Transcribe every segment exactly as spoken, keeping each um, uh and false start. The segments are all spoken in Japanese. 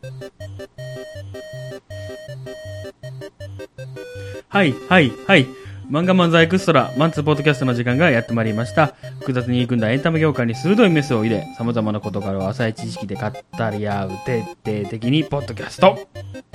はいはいはい。漫画漫才エクストラマンツーポッドキャストの時間がやってまいりました。複雑に組んだエンタメ業界に鋭いメスを入れ、様々な事柄を浅い知識で語り合う徹底的にポッドキャスト。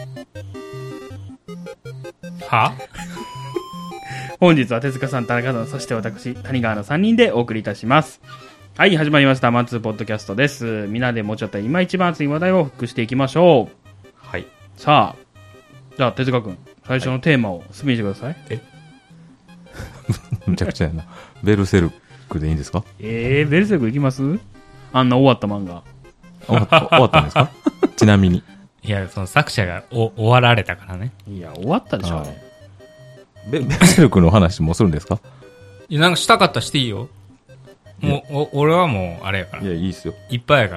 は本日は手塚さん、田中さん、そして私、谷川のさんにんでお送りいたします。はい、始まりました。マンツーポッドキャストです。みんなでもうちょっと今一番熱い話題をフックしていきましょう。 はい。 さあ、じゃあ手塚くん、最初のテーマを進めてください。 えむちゃくちゃやな。ベルセルクでいいんですか？ えー、ベルセルクいきます？あんな終わった漫画。 終わった、終わったんですか？ちなみに。 いや、その作者がお終わられたからね。 いや、終わったでしょ、あれ。 ベ, ベルセルクの話もするんですか？ いや、なんかしたかったらしていいよ。もう、お俺はもう、あれやから。 いや、いいっすよ。 いっぱいやから。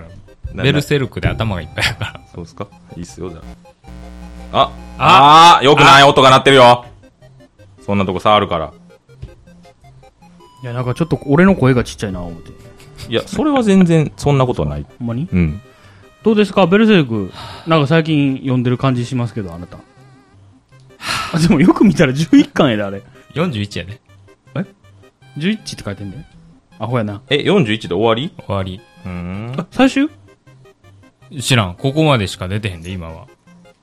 ベルセルクで頭がいっぱいやから。 そうですか？いいっすよ、じゃあ。あ、あー、よくない音が鳴ってるよ。そんなとこ触るから。 いや、なんかちょっと俺の声がちっちゃいな、思って。 いや、それは全然そんなことはない。 ほんまに？ うん。 どうですか、ベルセルク。なんか最近読んでる感じしますけど、あなた。あ、でもよく見たらじゅういっかんやで、あれ。 よんじゅういちやで。 え ?じゅういち って書いてんだよ。アホやな。 え、よんじゅういちで終わり？ 終わり。 うーん。 あ、最終？ 知らん。ここまでしか出てへんで、今は。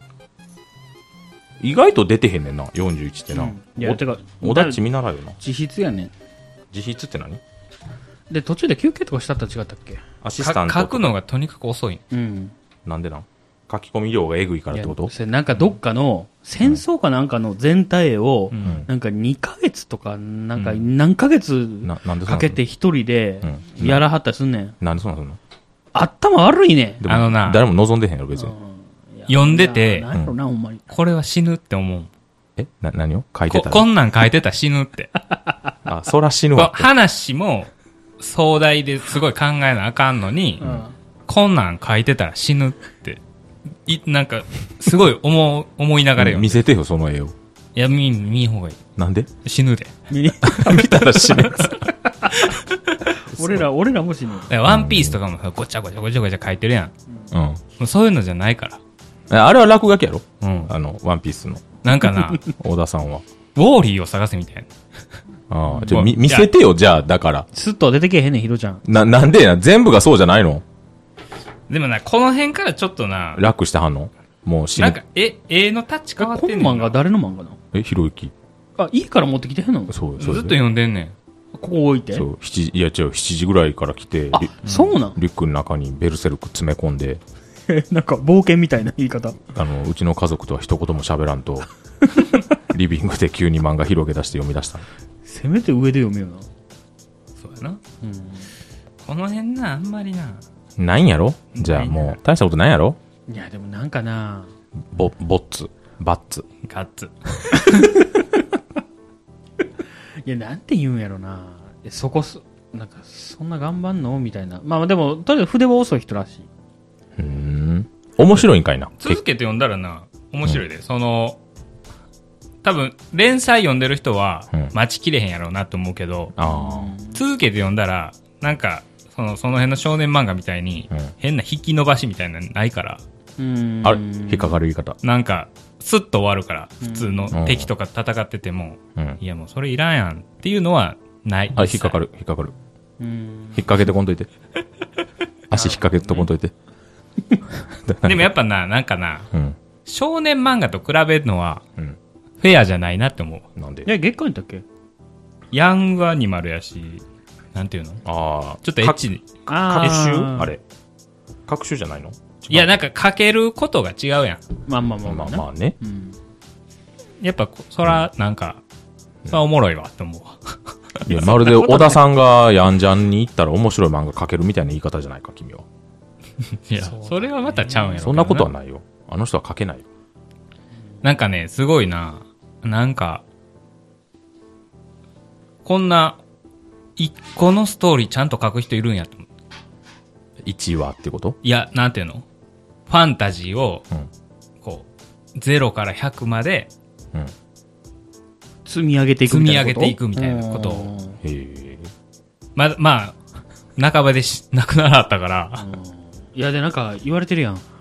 意外と出てへんねんな、よんじゅういちってな。 うん、いや、てか、 おだっち見習うよな。 自筆やねん。 自筆って何？ で、途中で休憩とかしたったら違ったっけ？ アシスタント。 書くのがとにかく遅い。 うん。 なんでなん？書き込み量がえぐいからってこと？ それなんかどっかの戦争かなんかの全体を、 うん、 なんかにかげつとか、なんか何ヶ月かけて一人でやらはったりすんねん。 なんでそうなんすんの？ 頭悪いねん。 あのな、 誰も望んでへんやろ、別に。 読んでて、 なんやろな、ほんまに。 これは死ぬって思う。 えな、何を書いてたこ、こんなん書いてたら死ぬって。 あ、そら死ぬわ。 話も壮大ですごい考えなあかんのに、うん、こんなん書いてたら死ぬって。い、なんか、すごい思う、思いながらよ。 見せてよ、その絵を。 いや、見、見ん方がいい。 なんで？ 死ぬで。 見、 見たら死ぬ。 俺ら、俺らも死ぬ。 ワンピースとかもごちゃごちゃごちゃごちゃ書いてるやん。 うん。もうそういうのじゃないから。 あれは落書きやろ？ うん。 あの、ワンピースの。 なんかな、 小田さんは。 ウォーリーを探せみたいな。ああ、じゃあ、見、見せてよ、じゃあ、だから。 スッと出てけへんねん、ヒロちゃん。 な、なんでや、全部がそうじゃないの？ でもな、この辺からちょっとな。 楽してはんの？もう死ぬ。 なんか、え、絵のタッチ変わってんねん。 この漫画誰の漫画なの？ え、ひろゆき。 あ、家から持ってきてへんの？ そう、そう。 ずっと読んでんねん。 ここ置いて？ そう、七時、いや違う、七時ぐらいから来て。 あ、そうなん？ リュックの中にベルセルク詰め込んで。 なんか冒険みたいな言い方。 あの、うちの家族とは一言も喋らんと、リビングで急に漫画広げ出して読み出した。 せめて上で読めよな。 そうやな。うん。この辺な、あんまりな。 ないんやろ？じゃあもう、大したことないやろ？ いや、でもなんかな。 ボ、ボッツ、バッツ。 ガッツ。 いや、なんて言うんやろな。そこす、なんか、そんな頑張んのみたいな。まあでも、とりあえず筆は遅い人らしい。 うーん。面白いんかいな。 続けて読んだらな、面白いで。うん、その、多分、連載読んでる人は、待ちきれへんやろうなと思うけど、 うん、 続けて読んだら、なんか、その、その辺の少年漫画みたいに、変な引き伸ばしみたいなのないから。 うん、 あれ引っかかる言い方。 なんか、スッと終わるから、普通の敵とか戦ってても、うん、いやもうそれいらんやんっていうのはない。 あ、引っかかる、引っかかる。うん、引っ掛けてこんといて。足引っ掛けてこんといて。 でもやっぱな、なんかな、うん、少年漫画と比べるのは、うん、フェアじゃないなって思う。 なんで？ いや、月刊やったっけ？ ヤングアニマルやし、なんていうの？ ああ。 ちょっとエッチに。 各種あれ。各種じゃないの？ いや、なんか書けることが違うやん。 まあまあまあまあ、 まあまあね。 うん、 やっぱ、そら、なんか、うん、そらおもろいわって思うわ。 いや、まるで小田さんがヤンジャンに行ったら面白い漫画書けるみたいな言い方じゃないか、君は。 いや、それはまたちゃうんやろ。 そんなことはないよ。あの人は書けないよ。 なんかね、すごいな。なんか、こんな、一個のストーリーちゃんと書く人いるんやと思う。 いちわってこと？ いや、なんていうの？ファンタジーを、うん、こう、ゼロからひゃくまで、うん、 積み上げていくみたいなこと？ 積み上げていくみたいなことを。へー。ま、まあ、半ばでし、亡くならはったから。 いや、で、なんか言われてるやん。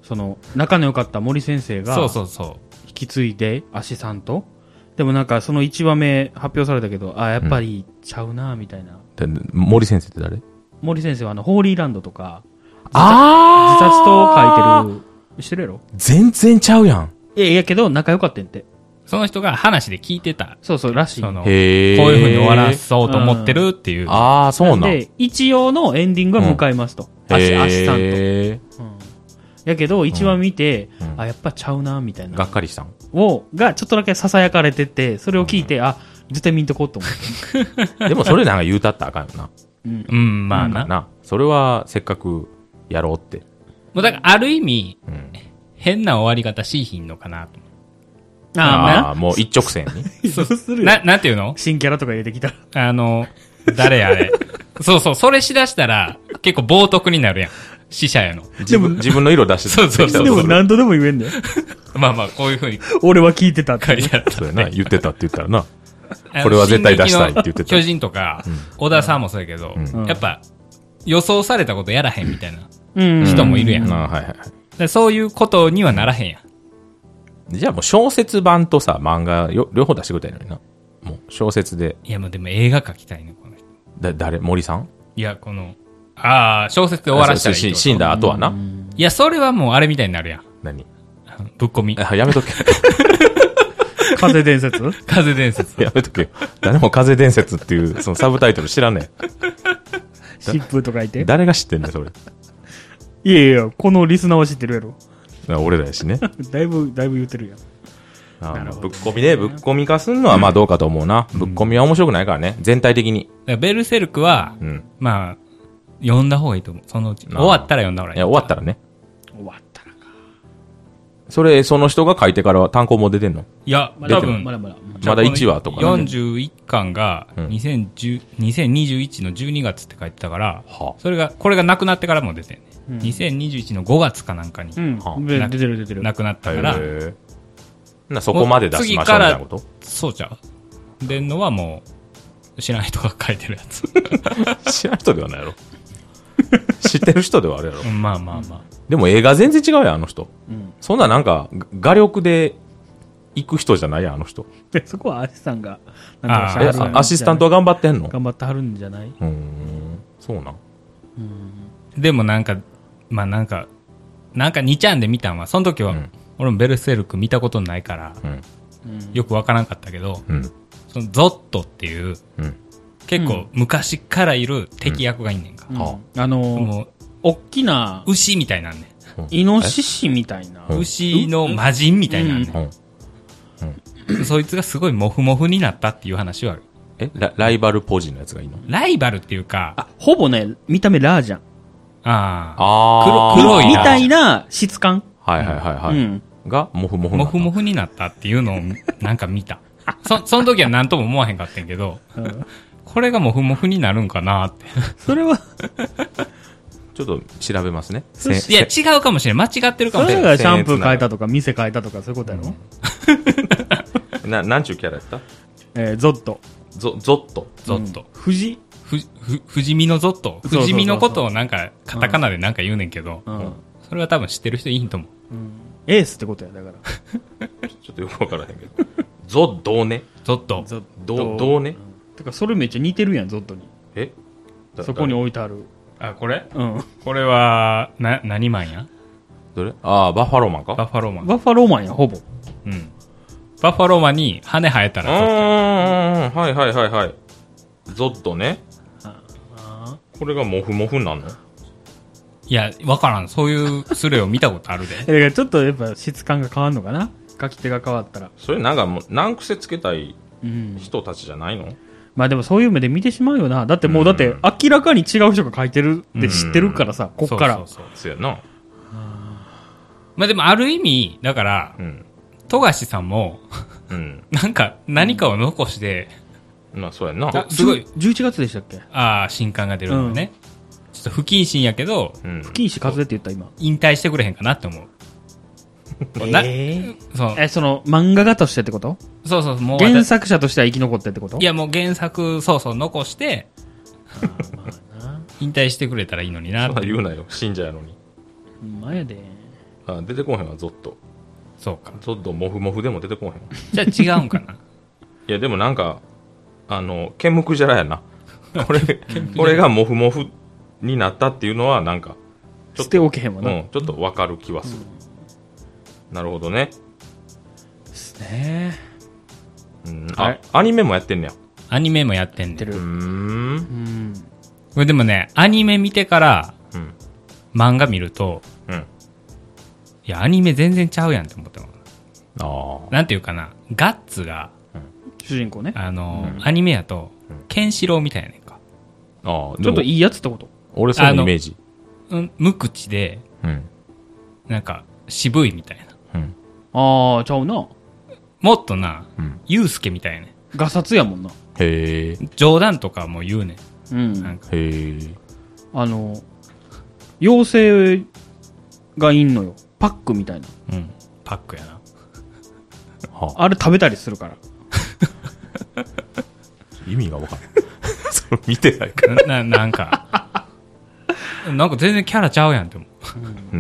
その、仲の良かった森先生が、 そうそうそ引き継いで、足さんと、でもなんかそのいちわめ発表されたけど、あ、やっぱりちゃうな、みたいな。 で森先生って誰？ 森先生はあの、ホーリーランドとか、 あ自殺と書いてる、してるやろ？ 全然ちゃうやん。 いやいやけど、仲良かったんって。 う。その人が話で聞いてた。 そうそう、らしい。 その、こうへー。 いう風に終わらそうと思ってるっていう。 ああ、そうなん。 で、一応のエンディングは迎えますと。足、足さんと。 へうんやけど、一話見て、 うんあ、やっぱちゃうな、みたいー。 な。 がっかりしたん？ を、が、ちょっとだけ囁かれてて、それを聞いて、あ、絶対見んとこうと思って。 でもそれなんか言うたったらあかんよな。 うん。 うん、まあな。 な。それはせっかくやろうって。 もうだから、ある意味、 うん。 変な終わり方しいひんのかなと。 ああ、もう一直線に。 そうするよ。 な、なんていうの新キャラとか入れてきたら。 あの、誰あれ。そうそう、それしだしたら、結構冒涜になるやん。死者やの。 自分、自分の色出してそうそうそうでも何度でも言えんだよ。 まあまあ、こういう風に俺は聞いてたって書いてある。 そうやな。言ってたって言ったらな。 あのこれは絶対出したいって言ってた進撃の巨人とか、小田さんもそうやけど、 うんやっぱ、予想されたことやらへんみたいなうん人もいるやん。 ああ、はいはいはい。 でそういうことにはならへんやん。 じゃあもう小説版とさ、漫画よ、両方出してくれたらいいのにな。もう小説で、 いや、もうでも映画描きたいね、この人。 だ、誰森さんいや、この、ああ、小説で終わらせたらいいってこと。 し死んだ後はな。 いや、それはもうあれみたいになるやん。 何ぶっ込み。 あ、やめとけ。 風伝説風伝説。 やめとけよ。誰も風伝説っていう、そのサブタイトル知らんねん。 疾風と書いて。 誰が知ってんねん、それ。 いやいや、このリスナーは知ってるやろ。 俺らやしね。 だいぶ、だいぶ言ってるやん。 あなるほどぶっ込みね、ぶっ込み化すんのはまあどうかと思うな。ぶっ込みは面白くないからね。全体的に。 だからベルセルクは、 うん。 まあ、読んだ方がいいと思う。そのうち。 あー終わったら読んだ方がいい。 いや、終わったらね。 終わったらか。 それ、その人が書いてからは単行も出てんの？ いや、 まだ多分、 まだまだ。 まだいちわとかね。 よんじゅういっかんがうんにせんじゅう、にせんにじゅういちのじゅうにがつって書いてたから、 はそれが、これがなくなってからも出てんね。 うんにせんにじゅういちのごがつかなんかにうんは。 で出てる出てる。 なくなっあ。 たから、 へえ。な、そこまで出しましょうみたいなこと？ そうちゃう。出んのはもう、知らない人が書いてるやつ。 知らん人ではないやろ。知ってる人ではあるやろ。 うんまあまあまあ。 でも映画全然違うやん、あの人。 うん。 そんななんか、画力で行く人じゃないやん、あの人。 で、そこはアシさんが、なんとかしえ、 てはるんあアシスタントは頑張ってんの？ 頑張ってはるんじゃないうーん、そうなん。 でもなんか、まあなんか、なんかにちゃんで見たんは、その時は、 うん俺もベルセルク見たことないから、 うん、 よくわからんかったけど、 うん、 そのゾットっていう、 うん。 結構昔からいる敵役がいんねんか。 うんはあのー、 もおっきなう、、牛みたいなんねイノシシみたいな。 うんん。牛の魔人みたいなんねうん。 ん。そいつがすごいモフモフになったっていう話はある。 えラ、ライバルポジのやつがいいの？ ライバルっていうか、 あ、ほぼね、見た目ラージャン。 ああ、 あ黒黒いなみたいな質感。 はいはいはいはい。 うん。 が、モフモフモフモフ。 フになったっていうのをなんか見た。そ、その時は何とも思わへんかったんやけど、 うんこれがモフモフになるんかなって。 それは、 ちょっと調べますね。 そせいや、違うかもしれん。間違ってるかそもしれん。 れがシャンプー変えたとか、店変えたとか、そういうことやろ、 な、なんちゅうキャラやった？ えー、ゾット。 ゾ、ゾット。 ゾット。 富士ふ、ふ、ふじみのゾット。 そうそうそうふじみのことをなんか、カタカナでなんか言うねんけど、 うん。 それは多分知ってる人いいんと思う。 エースってことや、だから。 ちょっとよくわからへんけど。ゾ、ドーネゾット。 ゾッどうどうねてか、それめっちゃ似てるやん、ゾットに。 えだそこに置いてある。 あ、これうん。 これは、な、何マンやどれああ、バッファローマンかバッファローマン。 バッファローマンや、ほぼ。 うん。バッファローマンに羽生えたうらゾット。 ーん、はいはいはいはい。ゾットね。 あこれがモフモフになるの？ いや、わからん。そういうスレを見たことあるで。 だからちょっとやっぱ質感が変わるのかな、書き手が変わったら。 それなんかもう、難癖つけたいうん。 人たちじゃないの？ まあでもそういう目で見てしまうよな。だってもうだって明らかに違う人が書いてるって知ってるからさ、こっから。 そうそうそう。 そうやな。 まあでもある意味、だからう、ん。 富樫さんも、 うん。 なんか何かを残して、 まあそうやな。 あすごい、 じゅういちがつでしたっけ？ ああ、新刊が出るのね。ちょっと不謹慎やけど、 うん。 不謹慎風って言った今。 引退してくれへんかなって思う。なえそうえ、その漫画家としてってこと？ そうそう、もう原私作者としては生き残ってってこと？ いやもう原作、そうそう、残して、引退してくれたらいいのになそんって。 な言うなよ。信者やのに。 ほんまやで。 あ、出てこへんわ、ゾッド。 そうか。 ゾッド、モフモフでも出てこへんわ。 じゃあ違うんかな。 いや、でもなんか、あの、ケムクジャラやな。これ、これがモフモフになったっていうのは、なんか、ちょっ捨ておけへんわな。 と、うん、ちょっとわかる気はする。なるほどね。 ですね。 うん、 あれあ、アニメもやってんねや。 アニメもやってんねん。 やってる。 うー。 うんん。 これでもね、アニメ見てからうん。 漫画見ると、 うん。 いや、アニメ全然ちゃうやんって思ったもん。 ああ。 なんていうかな、ガッツが、 主人公ね。 あの、 うんアニメやとうん、 ケンシロウみたいやねんか。 ああ、 ちょっといいやつってこと。 俺そのイメージ。 うん、無口で、 うん。 なんか、渋いみたいな。 うん。 ああ、ちゃうな。 もっとな、 うん。 ユウスケみたいやねガサツやもんな。 へえ。 ん。冗談とかも言うねん。 うん。 なんか、 へえ。 あの、妖精がいんのよ。パックみたいな。 うん。パックやな。 はあ、 あれ食べたりするから。 意味がわかんない。それ見てないから。 な、ななんか、なんか全然キャラちゃうやんって思うん。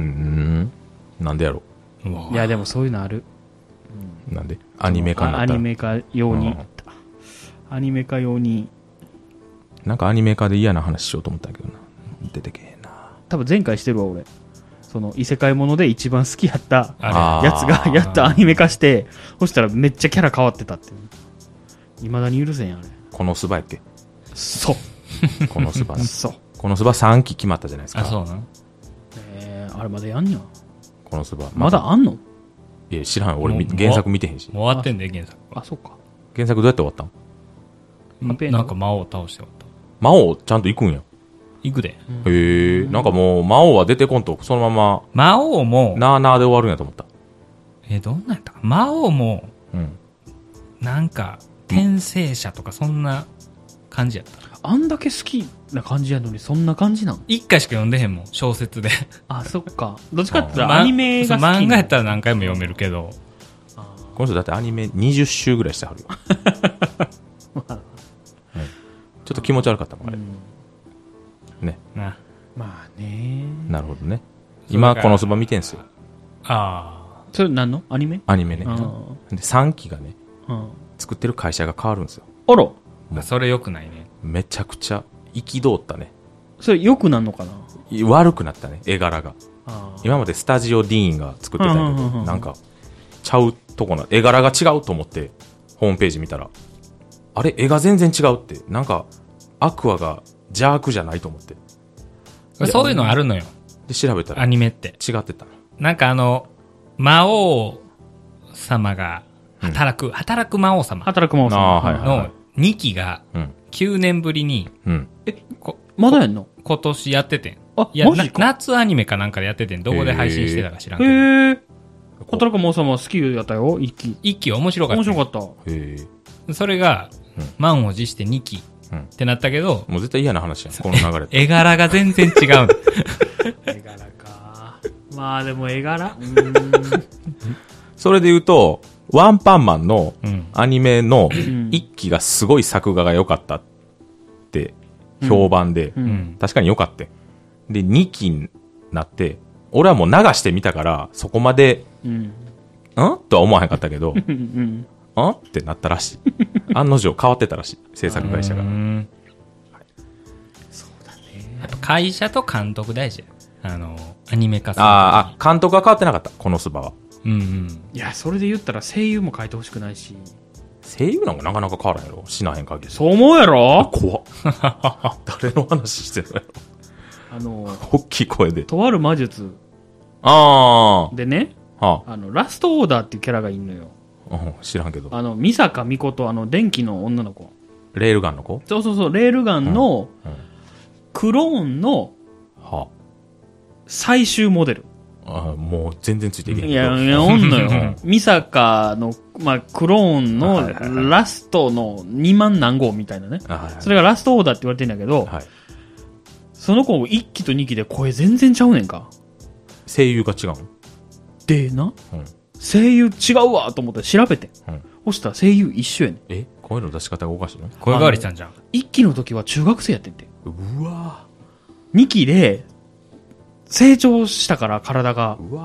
なんでやろう。うわいや、でもそういうのある。 う。なんでアニメ化になあアったら。 ニメ化用にうん。 アニメ化用に。 なんかアニメ化で嫌な話しようと思ったけどな。出てけへんな。 多分前回してるわ、俺。その異世界もので一番好きやったあやつがやっとアニメ化して、そしたらめっちゃキャラ変わってたっていう。未だに許せんやん、あれ。 このスバやっけそう。 このスバ。 そう。 このスバさんき決まったじゃないですれ。 か。 あ、そうなんえー、あれまだやんにゃ。 このスバ。 まだあんの？ いや、知らん。俺みもう原作見てへんし。 もう終わってんで、原作は。 あ、そうか。 原作どうやって終わったん？ ハッピーエンドなんか魔王を倒して終わった。 魔王ちゃんと行くんや。 行くで。 へえ。なんかもう魔王は出てこんと、そのま魔王もま、、なーなーで終わるんやと思った。 え、どんなんやったか魔王も、 うん。 なんか、転生者とかそんな感じやった。 あんだけ好きな感じやのにそんな感じなん？ 一回しか読んでへんもん、小説で。 あ、そっか。どっちかって言ったらまアニメが好きな。 そう漫画やったら何回も読めるけど、 この人だってアニメにじゅっ週ぐらいしてはるよ。うんちょっと気持ち悪かったもん、あれ。ね。 な。 まあね。 なるほどね。 そう今、 だからこのそば見てんすよ。 あそれ何のアニメ？ アニメね。 うんで、さんきがね、 うん。 作ってる会社が変わるんですよ。 あら、 あ。それ良くないね。 めちゃくちゃ憤ったね。 それ良くなんのかな？ 悪くなったね、絵柄が。 あ今までスタジオディーンが作ってたんやけど、 うんうんうんうんなんか、ちゃうとこな、絵柄が違うと思って、ホームページ見たら、あれ、絵が全然違うって、なんか、アクアが邪悪じゃないと思って。 そういうのあるのよ、 で、調べたら、 アニメって。 違ってたの。 なんかあの、魔王様が働く、働く魔王様働く魔王さん。 あーはいはいのにきがうん。 きゅうねんぶりにうん。 こまだやんの？ 今年やっててん。 あ、 いや、なマジか。 夏アニメかなんかでやっててん。どこで配信してたか知らんけど。 へえ。働く魔王様は好きやったよ、一期。 一期面白かった。 面白かった。 へえ。 それがうん、 満を持してにきうんってなったけど、 もう絶対嫌な話やん、この流れ。 絵柄が全然違う。 絵柄か。まあでも絵柄うーん。 それで言うと、ワンパンマンのうん。 アニメのん一期がすごい作画が良かったって評判で、 う。 うんん。 確かに良かった。で、にきになって、俺はもう流してみたから、そこまで、 うん。 んとは思わへんかったけど、 うん。うん。 んってなったらしい。案の定変わってたらしい、制作会社がう。んそうだね。 やっぱ会社と監督大事や。あの、アニメ化する。 あーあ、監督は変わってなかった、このスバは。 うんうん。 いや、それで言ったら声優も変えてほしくないし。 声優なんかなかなか変わらんやろ、しなへん限り。 そう思うやろ？ 怖っ。誰の話してんのやろ。 あの、 大きい声で。 とある魔術あでね、 あ、はあの、ラストオーダーっていうキャラがいんのよ。 あ、うん知らんけど。 あの、美坂美琴、あの、電気の女の子。 レールガンの子そうそうそう、レールガンのうん。 クローンのは最終モデル。 あ、あもう全然ついていけへんいけど。 や、いや、おんのようん。 美坂の、まあ、クローンはいはいはいのラストのにまん何号みたいなね。 あはいはいそれがラストオーダーって言われてんだけど、 はい。 その子いっきとにきで声全然ちゃうねんか。 声優が違うのでな、 うん。 声優違うわと思って調べてん。 うん。 そしたら声優一緒やねん。 え声の出し方がおかしいの声変わりしたんじゃん。 いっきの時は中学生やってんて。 うわにきで成長したから体が、 うわ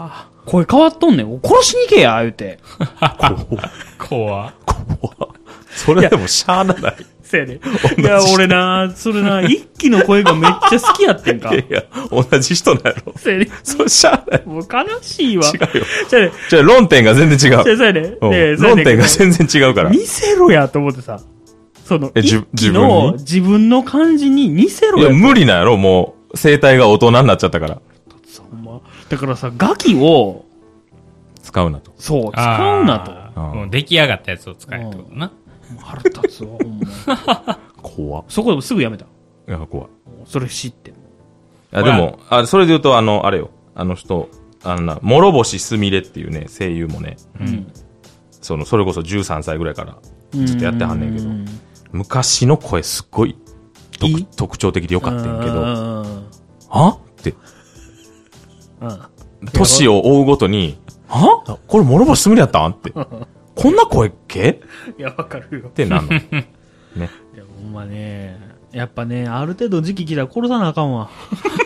声変わっとんねん。殺しに行けや、言うて。 怖怖それでもしゃあなない。 せやね。いや、俺な、それな、一期の声がめっちゃ好きやってんか。 いやいや、同じ人なんやろ。 せやね。 それしゃあない。 もう悲しいわ。 違うよ。 じゃあね。 じゃあ論点が全然違う。 じゃあ、そうやね。 うんね論点が全然違うから。 見せろやと思ってさ。その、 えじ一期の自分の感じに似せろや。 いや、無理なんやろ、もう。声帯が大人になっちゃったから。 ほんま。だからさ、ガキを、 使うなと。 そう、使うなと。 あーもう出来上がったやつを使えってことな。 もう腹立つわ、ほんま。 怖っ。 そこでもすぐやめた。 いや、怖い。 それ知って。 いや、でも、あ、それで言うと、あの、あれよ。あの人、あのな、諸星すみれっていうね、声優もね、 うん。 その、それこそじゅうさんさいぐらいからずっとやってはんねんけどう、ん昔の声すっごい特いい特徴的でよかったんやけど、 うんはって、 うん年を追うごとに、はこれ諸星すみれやったんって。こんな声っけいや、わかるよ。 ってなんの。ね。 いや、ほんまね。やっぱね、ある程度時期来たら殺さなあかんわ。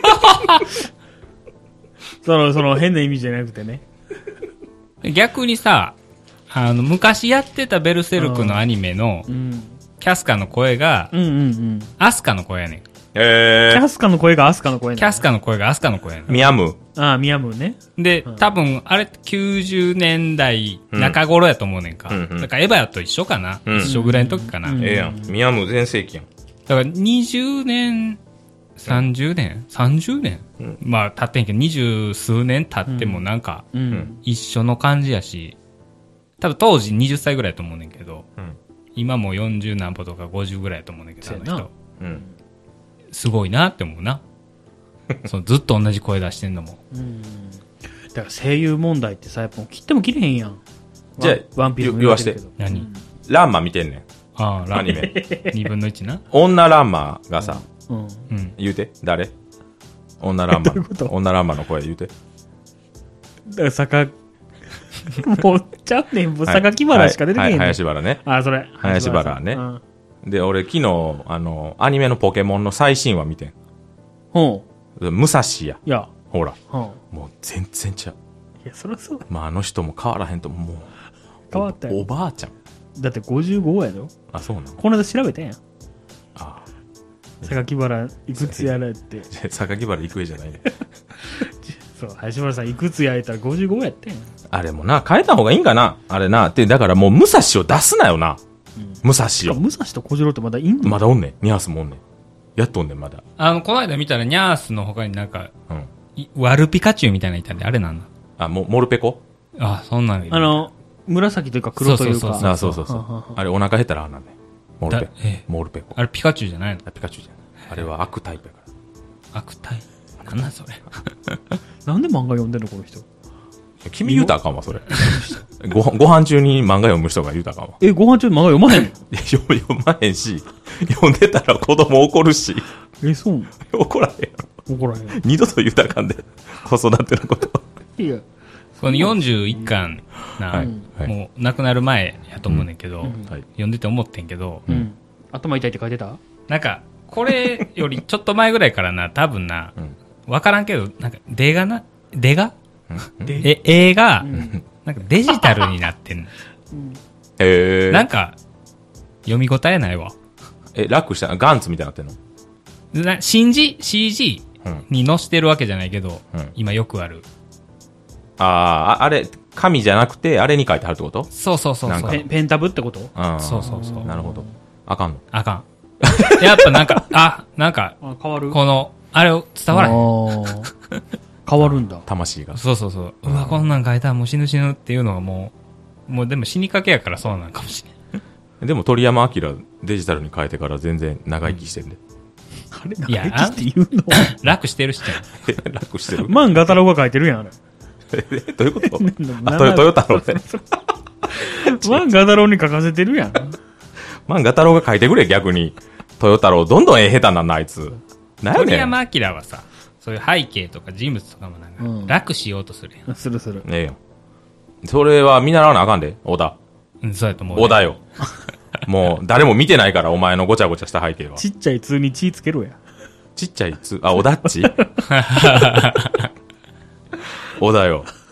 その、その変な意味じゃなくてね。 逆にさ、あの、昔やってたベルセルクのアニメのう、ん。 キャスカの声が、 うんうんうん。 アスカの声やねん。 えキャスカの声がアスカの声なのキャスカの声がアスカの声やねー、ミヤム。 ああ、ミヤムね。 ん。で、多分、あれきゅうじゅうねんだい中頃やと思うねんか。 うんうんだからエヴァと一緒かな、 うん一緒ぐらいの時かな。 うんええやん。ミヤム全盛期やん。 だからにじゅうねん、さんじゅうねん ?さんじゅう 年、 うんまあ経ってんけど、二十数年経ってもなんかう。 うん一緒の感じやし、多分当時はたちぐらいやと思うねんけど、 うん今もよんじゅう何歩とかごじゅうぐらいやと思うねんけど、あのそうやな人。 うん。 すごいなって思うな。そうずっと同じ声出してんのも。 うん。だから声優問題ってさ、やっぱもう切っても切れへんやん。 じゃあワンワンピースも言わしてけど何ランマ見てんねん。 ああ、ラアニメ。 にぶんのいちな。 女ランマがさ、 うん。 うん。 言うて。誰女ランマどういうこと。 女ランマの声言うて。 だから坂、もう、ちゃうねん、もう榊原しか出てけへんねん。 はいはい林原ね。 あ、それ。 林原ねうん。 で、俺昨日、あの、アニメのポケモンの最新話見てん。 ほ武蔵や。 う。いや、 ほら。 ほもう全然ちゃう。 う。いや、そりゃそう。 まあ、あの人も変わらへんと、もう。 変わったよおおばあちゃん。 だってごじゅうごやろ。 あ、そうなのこの間調べたやん。 あ榊原いくつやらって。 あ。榊原郁恵じゃないね。 そう、林原さんいくつやれたらごじゅうごやってん。 あれもな、変えた方がいいんかなあれな。で、だからもう武蔵を出すなよな。武蔵を。 しかも武蔵と小次郎ってまだいんのまだおんねん。ニャースもおんねん。やっとんねん、まだ。 あの、この間見たらニャースの他になんか、 うん。 いワルピカチュウみたいなのいたんで、あれなんだあ、も、モルペコあ、そんなのいるあの、紫というか黒というか。 そうそうそうあ、そうそうそはははう。あれお腹減ったらあんなんねん。モルペだえ。 モルペコ。 あれピカチュウじゃないのあピカチュウじゃない。あれは悪タイプやから。 悪態なんなんそれ。 なんで漫画読んでんのこの人。 君言うたらあかんわ、それ。ご、ご飯中に漫画読む人が言うたらあかんわ。 え、ご飯中に漫画読まへんのいや読読まへんし、読んでたら子供怒るし、 え、そう怒らへんやろ。 怒らへん。 二度と言うたらあかんで。子育てのこと。 いや、 このよんじゅういっかんな、 はい。はい。 もう亡くなる前やと思うねんけど、 うんはい。 読んでて思ってんけど、 うん。頭痛いって書いてたなんか、これよりちょっと前ぐらいからな、多分なうん、 わからんけど、なんか、出がな、出がで、 え、映画、 うんなんかデジタルになってんの。 へえ。 なんか、読み応えないわ。 え、楽したガンツみたいになってんのな信じ シージうん。 ー に載してるわけじゃないけど、 うん今よくある。 あーあ、あれ、紙じゃなくて、あれに書いてあるってことそうそうそうそうなんか。 ペンペンタブってことあーそうそうそうなるほど。あかんの。 あかん。やっぱなんか、あ、なんか、 あ、変わるこの、あれを伝わらへん。 あー変わるんだ。 魂が。 そうそうそう。うわ、こんなん書いたらもう死ぬ死ぬっていうのがもう、もうでも死にかけやからそうなんかもしれん。 でも鳥山明デジタルに変えてから全然長生きしてんで。 あれ、 いや長生きって言うの楽してるしちゃう。 楽してる。 マンガタロウが書いてるやん、あれ。 えどういうことなあ、トヨトヨタロウね。 マンガタロウに書かせてるやん。 まあ、ガタロウが書いてくれ、逆に。トヨタロウ、どんどんええ下手なんな、あいつ。なんやねん。 鳥山明はさ、そういう背景とか人物とかもなんか、 うん楽しようとするやん。 するする。 ええよ。それは見習わなあかんで、小田。 うん、そうやと思う、ね。 小田よ。もう、誰も見てないから、お前のごちゃごちゃした背景は。 ちっちゃい通に血つけろや。 ちっちゃいつ、あ、小田っち小田よ。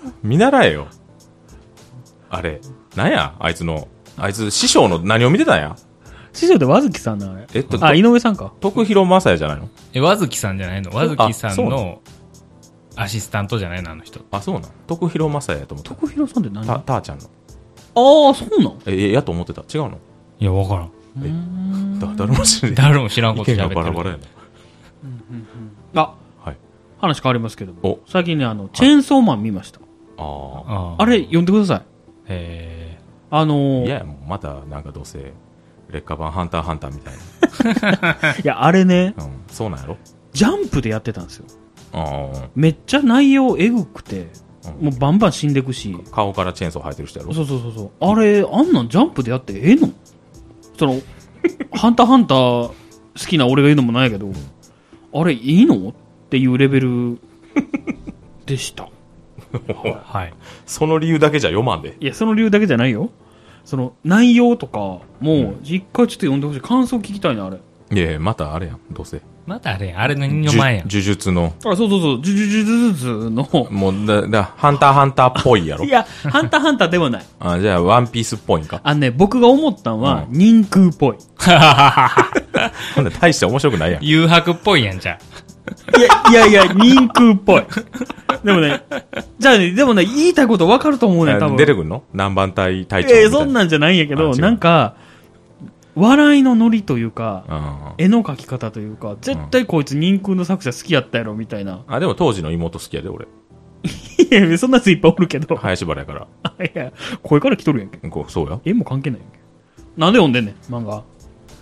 見習えよ。あれ、なんやあいつの、あいつ師匠の何を見てたんや。 師匠って和月さんなあれ。 えっと、 あ、井上さんか。 徳弘正也じゃないの？ え、和月さんじゃないの？和月さんあそうなのアシスタントじゃないのあの人。 あ、そうなん。徳弘正也やと思った。 徳弘さんって何？ た、 あたーちゃんの。 あ、そうなんえ、えやと思ってた。違うの？ いや、わからん。 え、だ、誰も知らない。 誰も知らんこと意見喋ってる。 がバラバラやな。 あ、 はい。 話変わりますけどもお。 最近ね、あの、チェーンソーマン見ました。 あああれ、読んでください。 へあのあ。 ー、 いや、もうまたなんかどうせ、劣化版ハンターハンターみたいいや、あれね、 な。うん。そうなんやろ？ ジャンプでやってたんですよ。 ああ。 めっちゃ内容エグくて、 うんもうバンバン死んでくし。 顔からチェーンソー生えてる人やろ？ そうそうそうそう。あれ、あんなんジャンプでやってええの？その、ハンターハンター好きな俺が言うのもないけど、あれいいのっていうレベルでした。 ーはい。 その理由だけじゃ読まんで。 いや、その理由だけじゃないよ。その、内容とかも、一回ちょっと読んでほしい。感想聞きたいな、あれ。 いやいや、またあれやん、どうせ。 またあれ、あれの人前やん。 呪呪術の、 あ、そうそうそう、ジュジュジュジュジュの、 もう、だ、だ、ハンターハンターっぽいやろい。や、ハンターハンターではない。 あ、じゃあ、ワンピースっぽいんか。 あのね、僕が思ったのは、 う人空っぽい。 ほんで、大して面白くないやん。 誘白っぽいやん、じゃいや、いやいや、人空っぽい。でもね、じゃあね、でもね、言いたいこと分かると思うねん、多分。 出てくんの何番隊隊長みたいええな。 そんなんじゃないんやけど、 あ違うなんか、笑いのノリというか、 あ絵の描き方というか、絶対こいつ人空の作者好きやったやろ、みたいな。 あ、でも当時の妹好きやで、俺。 いや、そんなやついっぱいおるけど。 林原やから。 いや、声から来とるやんけ。 こうそうや。 絵も関係ないやんけ。なんで読んでんねん、漫画。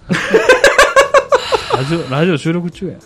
ラジオ、ラジオ収録中や。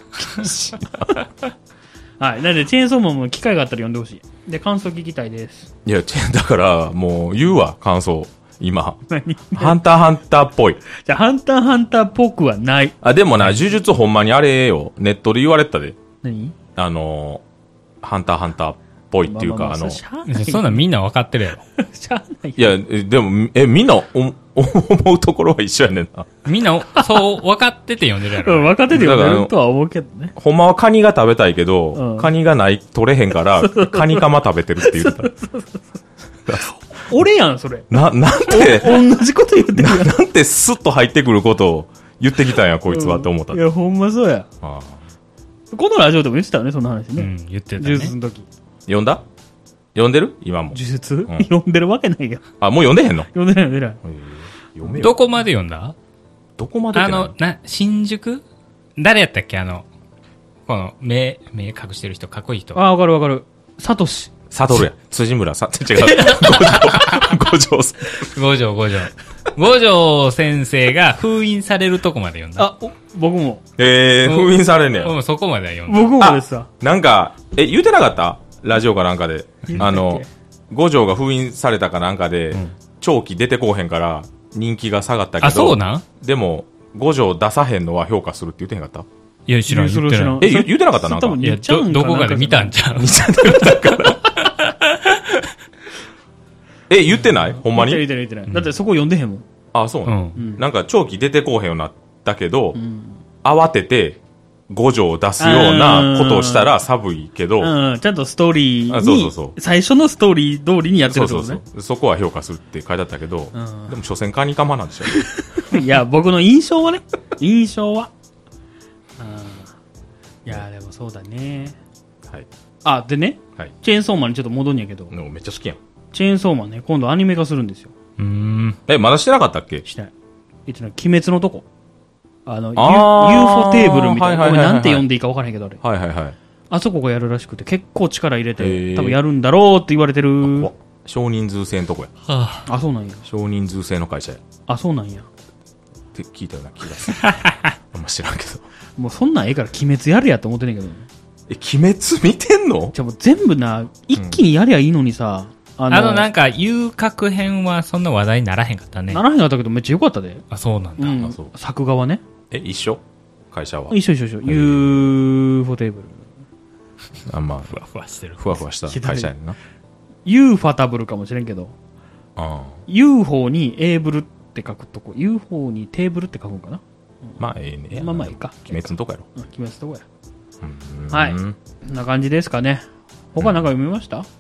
はい。なんで、チェーンソーマンも機会があったら読んでほしい。で、感想聞きたいです。 いや、ちだから、もう言うわ、感想。今。 何ハンターハンターっぽい。 じゃあ、ハンターハンターっぽくはない。 あ、でもな、呪術ほんまにあれよ。ネットで言われてたで。 何あのー、ハンターハンターっぽいっていうか、あの、 しゃあない。 そんなんみんな分かってるやろ。 しゃあない。 いや、えでも、え、みんなお、お思うところは一緒やねんな。 みんな、そう分かってて読んでるやうん、 ろ。 分かってて読んでるとは思うけどね。 ほんまはカニが食べたいけど、 うんカニがない、取れへんから、カニカマ食べてるって言ってた。 俺やん、それ。 な、なんて、 同じこと言ってるやん。 ななんてスッと入ってくることを言ってきたんや、こいつはって思った。 いや、ほんまそうや。 ああこのラジオでも言ってたよね、その話ね。 うん、言ってた呪術ね。 の時。 読んだ読んでる今も。 呪術、 ん読んでるわけないやん。 あ、もう読んでへんの読んでない、読んでない。 読めよ。 どこまで読んだどこまでってなあの、な、新宿誰やったっけあの、この、目、目隠してる人、かっこいい人。 あ、わかるわかる。サトシ。 サトルや。辻村さん。違う。五条。五条さん。 五条、五条。五条先生が封印されるとこまで読んだ。 あ、お僕も。 えー、封印されんねや。 うん、そこまでは読んだ。 僕もですさ。 なんか、え、言うてなかったラジオかなんかで。 言うてたっけあの、五条が封印されたかなんかで、長期出てこうへんから、人気が下がったけど。 あ、そうなんでも、五条出さへんのは評価するって言ってへんかったいや、知らん、言ってない。 え、言う言うてなかったなんか。 多分いや、ど、どこかで見たんちゃうえ、言ってないほんまに言ってない言ってない。だってそこ読んでへんもん。 あ、そうなの、 うんなんか長期出てこうへんようになったけど、 ん慌てて五条を出すようなことをしたら寒いけど、 うん、ちゃんとストーリーあそうそうにそう、 最初のストーリー通りにやってそうそうるってことね。 そう。そこは評価するって書いてあったけど、 うんでも所詮カニカマなんでしょ。 いや、僕の印象はね。印象は。いや、でもそうだね。 はい。 あ、でね、 はい。 チェーンソーマンにちょっと戻んやけど、 でもめっちゃ好きやん。 チェーンソーマンね、今度アニメ化するんですよ。 うーん。 え、まだしてなかったっけしない。えっとね、鬼滅のとこ。あの、ユあーユーフォ テーブルみたいな。 はいはいはいはい俺なんて読んでいいか分からへんけど、あれ。 はいはいはい。 あそこがやるらしくて、結構力入れへて、 ー多分やるんだろうって言われてる。 わ少人数制のとこや。 はあ、そうなんや。 少人数制の会社や。 あ、そうなんや。 って聞いたような気がする。あんま知らんけど。 もうそんなんええから鬼滅やるやって思ってんねんけど。 え、鬼滅見てんのじゃあもう全部な、一気にやりゃいいのにさ、ああの、なんか、遊郭編はそんな話題にならへんかったね。 ならへんかったけどめっちゃ良かったで。 あ、そうなんだ。 うんあそう。 作画はね。 え、一緒会社は。 一緒一緒一緒。ユーフォテーブル。 あんまふわふわしてる。 ふわふわした会社やねんな。 ユーファタブルかもしれんけど、 あユーフォー にエーブルって書くとこ、ユーフォー にテーブルって書くんかな。 まあ、ええね。 まあまあいいか。 鬼滅のとこやろ。 うん、決めたとこや。 うんはいこんな感じですかね。他なんか読みました？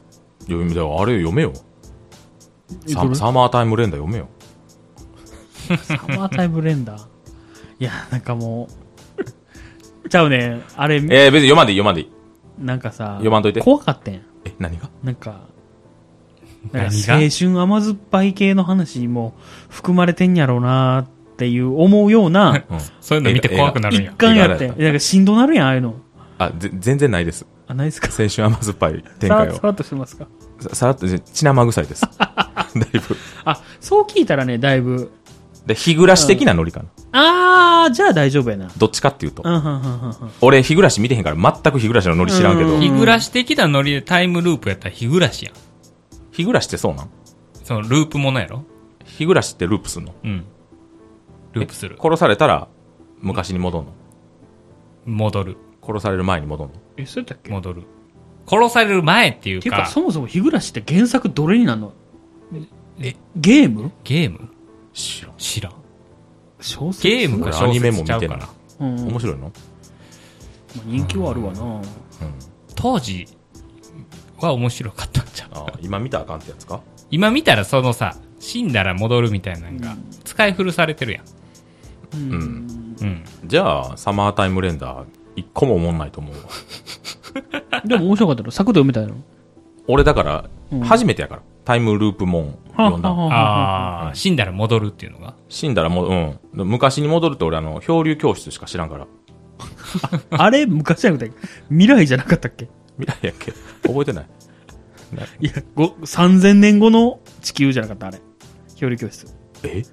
いや、だからあれ読めよ。ササマータイムレンダー読めよ。 サマータイムレンダー。いや、なんかもう、ちゃうねん。あれ、 えー、別に読まんでいい、読まんでいい。 なんかさ、 読まんといて。 怖かったん。 え、何がなんか、なんか何が青春甘酸っぱい系の話も含まれてんやろうなっていう思うような、 うん。 そういうの見て怖くなるん一や。 貫やってん。 映画だなんかしんどなるやん、ああいうの。 あ、ぜ全然ないです。 あ、ないですか？ 青春甘酸っぱい展開を。 さらさらっとしてますか？ ささらっと、血生臭いです。だいぶ。 あ、そう聞いたらね、だいぶ。 で、日暮らし的なノリかな。 あー、じゃあ大丈夫やな。 どっちかっていうと。 うん、うん、うん、うんうん。 俺、日暮らし見てへんから全く日暮らしのノリ知らんけどうん。 日暮らし的なノリでタイムループやったら日暮らしやん。 日暮らしってそうなん？ そのループものやろ？ 日暮らしってループすんの？ うん。ループする。 殺されたら昔に戻んの？ 戻る。 殺される前に戻んの？ え、そうやったっけ？っ戻る。殺される前っていうていうか、 か、 そもそも日暮らしって原作どれになるの？え、ゲーム？ ゲーム知らん。 知らん。 小説？ ゲームか小俺アニメも説ちゃうか見てないな。 うん。 面白いの？ まあ人気はあるわな。 うん。 当時は面白かったんちゃう。 あー今見たらあかんってやつか？ 今見たらそのさ、死んだら戻るみたいなのが使い古されてるやん。 うん。 うん。 じゃあ、サマータイムレンダー、一個も思んないと思うわ。 でも面白かったの？サクッと読めたの？ 俺だからうん、 初めてやから。タイムループもん読んだの。 はははああ、死んだら戻るっていうのが。 死んだらもう、うん。昔に戻ると俺あの、漂流教室しか知らんから。 あれ昔じゃなくて、未来じゃなかったっけ？ 未来やっけ覚えてない。 いや、ごさんぜんねんごの地球じゃなかった、あれ。漂流教室。 え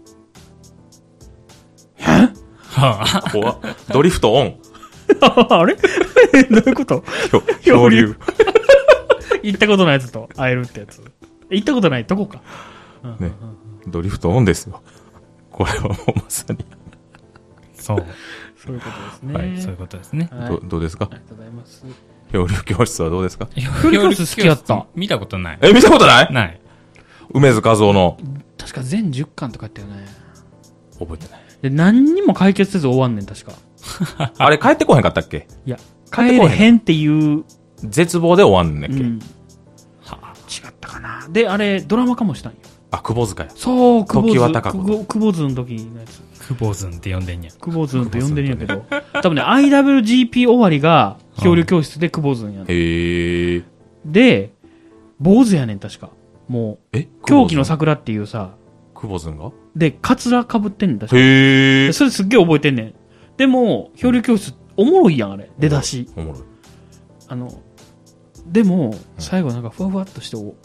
はあ。 怖っドリフトオン。 あれどういうこと？ 漂漂流。 行ったことないやつと会えるってやつ。行ったことないとこか。 ね。ドリフトオンですよ。これはもうまさに。 そう。 そういうことですね。 はいそういうことですね。 はいどどうですかありがとうございます。 漂流教室はどうですか？ 漂流教室好きやった見たことない。 え、見たことないない。 梅津和夫の。 確か全じゅっかんとかやったよね。 覚えてない。 で、何にも解決せず終わんねん、確か。 あれ帰ってこへんかったっけ？ いや、帰れへんっていう、 絶望で終わんねんっけ？ うん。違ったかな。で、あれ、ドラマ化もしたんよ。 あ、久保塚や。 そう、久保時は津、 高子久保久保津の時のやつ。 クボズンって呼んでんや。 久保津って呼んでるんやけど、多分ね、アイダブリュージーピー 終わりが、漂流教室で久保津やねん。 へえ。 で、坊主やねん、確か。もう、 え狂気の桜っていうさ、 久保津がで、カツラ被ってんねん、確か。 へえで。それすっげえ覚えてんねん。でも、漂流教室、おもろいやん、あれ。出だし。 おもろい。 あの、でも、最後なんかふわふわっとしてお、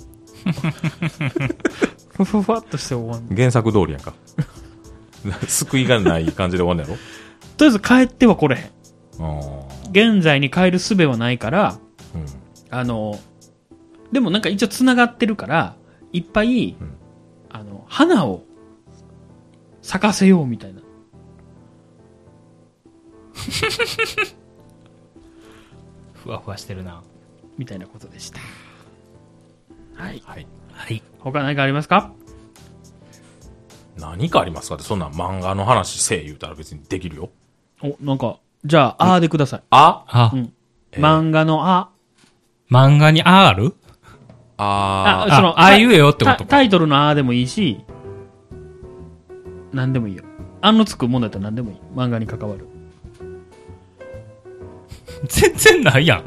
ふわふわふわっとして終わんねん。 原作通りやんか。救いがない感じで終わんねやろ？ とりあえず帰ってはこれへん。 あ現在に帰る術はないから、 あ。うん。 あの、でもなんか一応繋がってるから、いっぱい、 んあの、花を咲かせようみたいな。 ふわふわしてるな。 みたいなことでした。はい。 はい。 はい。 他何かありますか？ 何かありますかって、そんなん漫画の話せえ言うたら別にできるよ。 お、なんか、じゃあ、あーでください。 ああ、 うん。 えー漫画のあ。 漫画にああるああああいうえよってことかタタイトルのあーでもいいし、何でもいいよ。あんのつくもんだったら何でもいい。漫画に関わる。 全然ないやん。 ー、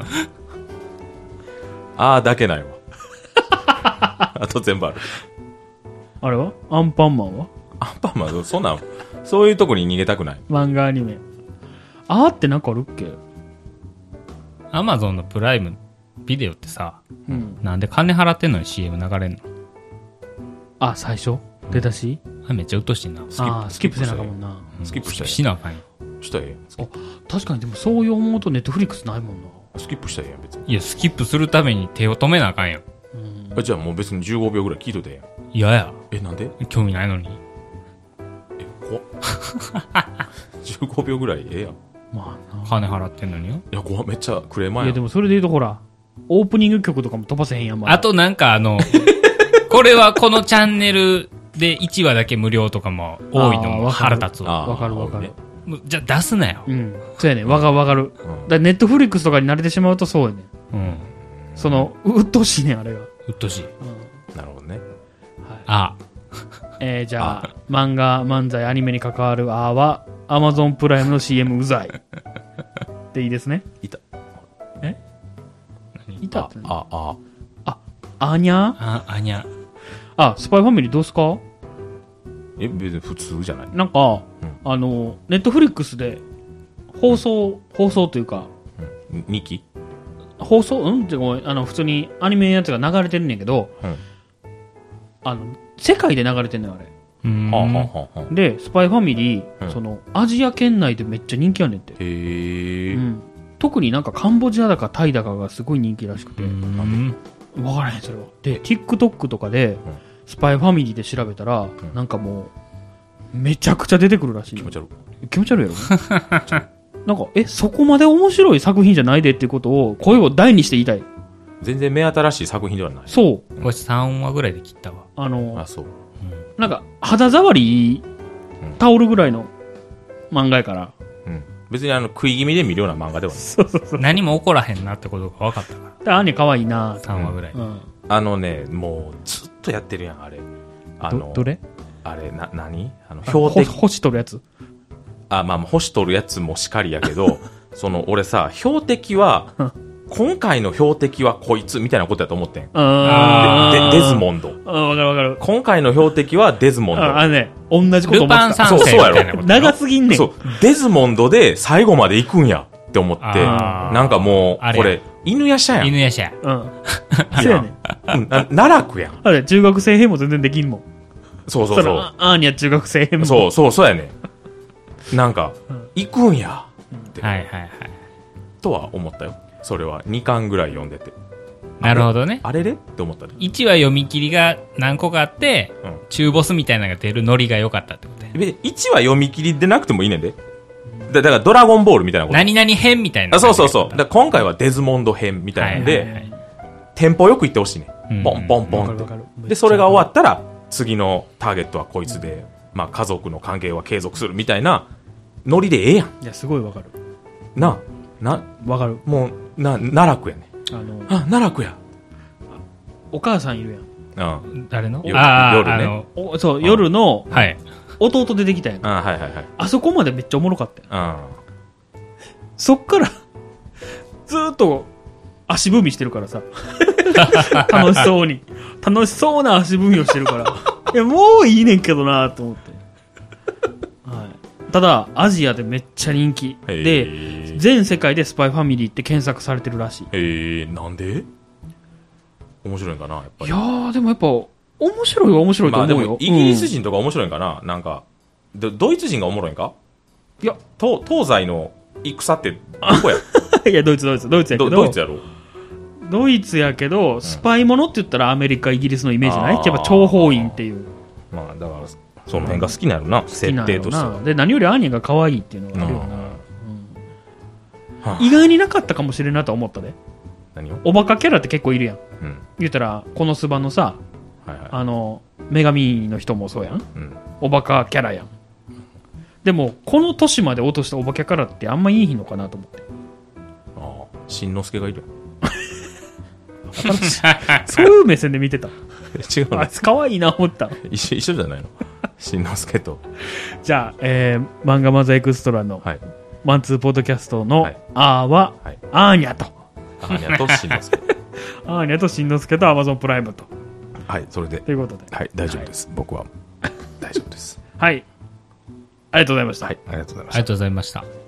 あーだけないわ。あと全部ある。 あれはアンパンマンはアンパンマン、そんなん、そういうとこに逃げたくない。 漫画アニメ。あーってなんかあるっけ？ アマゾンのプライムビデオってさ、 うん。 なんで金払ってんのに シーエム 流れんの？ あ、最初出だし、 あれめっちゃうっとうしいな。 スキップあースキップせなあかんもんな。 スキップしたらええしなあかんよ。 したらええやん。 確かにでもそういう思うとネットフリックスないもんな。 スキップしたらええやん、別に。 いや、スキップするために手を止めなあかんよ。 うん。 あじゃあもう別にじゅうごびょうぐらい聞いといてええやん。 嫌や。 え、なんで興味ないのに。 え、怖っ。じゅうごびょうぐらいええやん。いまあな。 金払ってんのによ。 や、怖っめっちゃクレーマーやん。 いやでもそれで言うとほら、オープニング曲とかも飛ばせへんやん、まだあとなんかあの、これはこのチャンネルでいちわだけ無料とかも多いのも腹立つわ。 あーわかるわかるね。 じゃあ出すなよ。 うん。そうやねん。わかるわかる。だかうんらネットフリックスとかに慣れてしまうとそうやねん。 うん。 そのうっとうしいねんあれが、 うっとうしい。 うん、 なるほどね。 はい、 あえー、じゃあ漫画漫才アニメに関わるあーは Amazon プライムの シーエム うざいでいいですね。 いた。 えいたって何？ あ、あ、 あ、あにゃあ、あにゃ。 あ、スパイファミリーどうすか？ え、別に普通じゃない？ なんか、うん、あの、ネットフリックスで放送、放送というか、 うん、にき放送うんってごめん、あの、普通にアニメのやつが流れてるんやけど、うん、あの、世界で流れてんねん、あれ。 うんはあはあはあ、 で、スパイファミリー、 うん、 その、アジア圏内でめっちゃ人気あんねんって。 へー。 うん。特になんかカンボジアだかタイだかがすごい人気らしくて。 うんわからへん、それは。で、TikTok とかで、うんスパイファミリーで調べたら、うん、なんかもう、めちゃくちゃ出てくるらしい。 気持ち悪い。 気持ち悪いやろなんか、え、そこまで面白い作品じゃないでっていうことを、声を大にして言いたい。 全然目新しい作品ではない。 そう。 これさんわぐらいで切ったわ。 あの、 あ、そう。 なんか、肌触り、タオルぐらいの漫画やから。 うん。別にあの、食い気味で見るような漫画ではない。 そうそうそう。 何も起こらへんなってことが分かったから。 で、アニ可愛いなさんわぐらい。うんあのね、もうずっとやってるやん、あれ。あのど、どれあれ、な、なにあの、標的。 星取るやつあ、まあ、星取るやつもしかりやけど、その、俺さ、標的は、今回の標的はこいつみたいなことやと思ってん。 あで、でデズモンド。 ああ、わかるわかる。 今回の標的はデズモンド。 あ、あのね、同じこと思ってた。 ルパン三世みたいなこと。そう、そうやろ。 長すぎんねん。 そう、デズモンドで最後まで行くんやって思って、なんかもう、これ、犬やしゃやん。 犬やしゃ。 うん。そうやねん。 うん、な、奈落やん。 あれ、中学生編も全然できんもん。 そうそうそう。 ああーには中学生編も。 そうそう、そうやねん。なんか、うん、行くんやって。 はいはいはい。 とは思ったよ。それはにかんぐらい読んでて。 なるほどね。 あれれって思ったね。 いちわ読み切りが何個かあって、うん、中ボスみたいなのが出るノリが良かったってことで。いちわ読み切りでなくてもいいねんで。だからドラゴンボールみたいなこと。 何々編みたいな。 あ、そうそうそう。だ今回はデズモンド編みたいなんで、はいはいはい、テンポよくいってほしいね、うん。ポンポンポンって。で、それが終わったら、次のターゲットはこいつで、うん、まあ家族の関係は継続するみたいなノリでええやん。 いや、すごいわかる。 な、な、 わかる。 もう、な、奈落やね。 あの、 あ、奈落や。 お母さんいるやん。 うん。 誰の夜ね。 おそう、夜の、 はい。 弟出てきたやん。 あ、はいはいはい。 あそこまでめっちゃおもろかったやん。うん。 そっからずーっと足踏みしてるからさ楽しそうに楽しそうな足踏みをしてるからいやもういいねんけどなと思って、はい、ただアジアでめっちゃ人気で全世界でスパイファミリーって検索されてるらしい。 へえ、なんで面白いんかなやっぱり。 いやーでもやっぱ面白いは面白いと思うよ。まあ、でもイギリス人とか面白いんかな、うん、なんかドイツ人がおもろいんか。いや東西の戦ってどこやいやドイツドイツドイツやけどドイツやろドイツやけどスパイものって言ったらアメリカイギリスのイメージない、うん、やっぱ諜報員っていう、 まあだからその辺が好きなのな、うん、設定としては。 で何よりアーニャが可愛いっていうのがあるよな、うんうん、意外になかったかもしれんなと思ったで。 何をおバカキャラって結構いるやん、 うん、 言ったらこのスバのさ、はいはい、あの女神の人もそうやん、うん、おバカキャラやん。でもこの年まで落としたお化けキャラってあんまいいのかなと思って。 ああ、しんのすけがいるそういう目線で見てた。 違うの。 あいつ可愛いな思った。 一緒一緒じゃないのしんのすけと。 じゃあ、えー、漫画マザエクストラの、はい、マンツーポッドキャストの、はい、あーは、はい、アーニャとアーニャとしんのすけアーニャとしんのすけとアマゾンプライムと。 はい、それでということで、 はい、大丈夫です、はい、僕は大丈夫です。 はい、ありがとうございました。 はい、ありがとうございました。 ありがとうございました。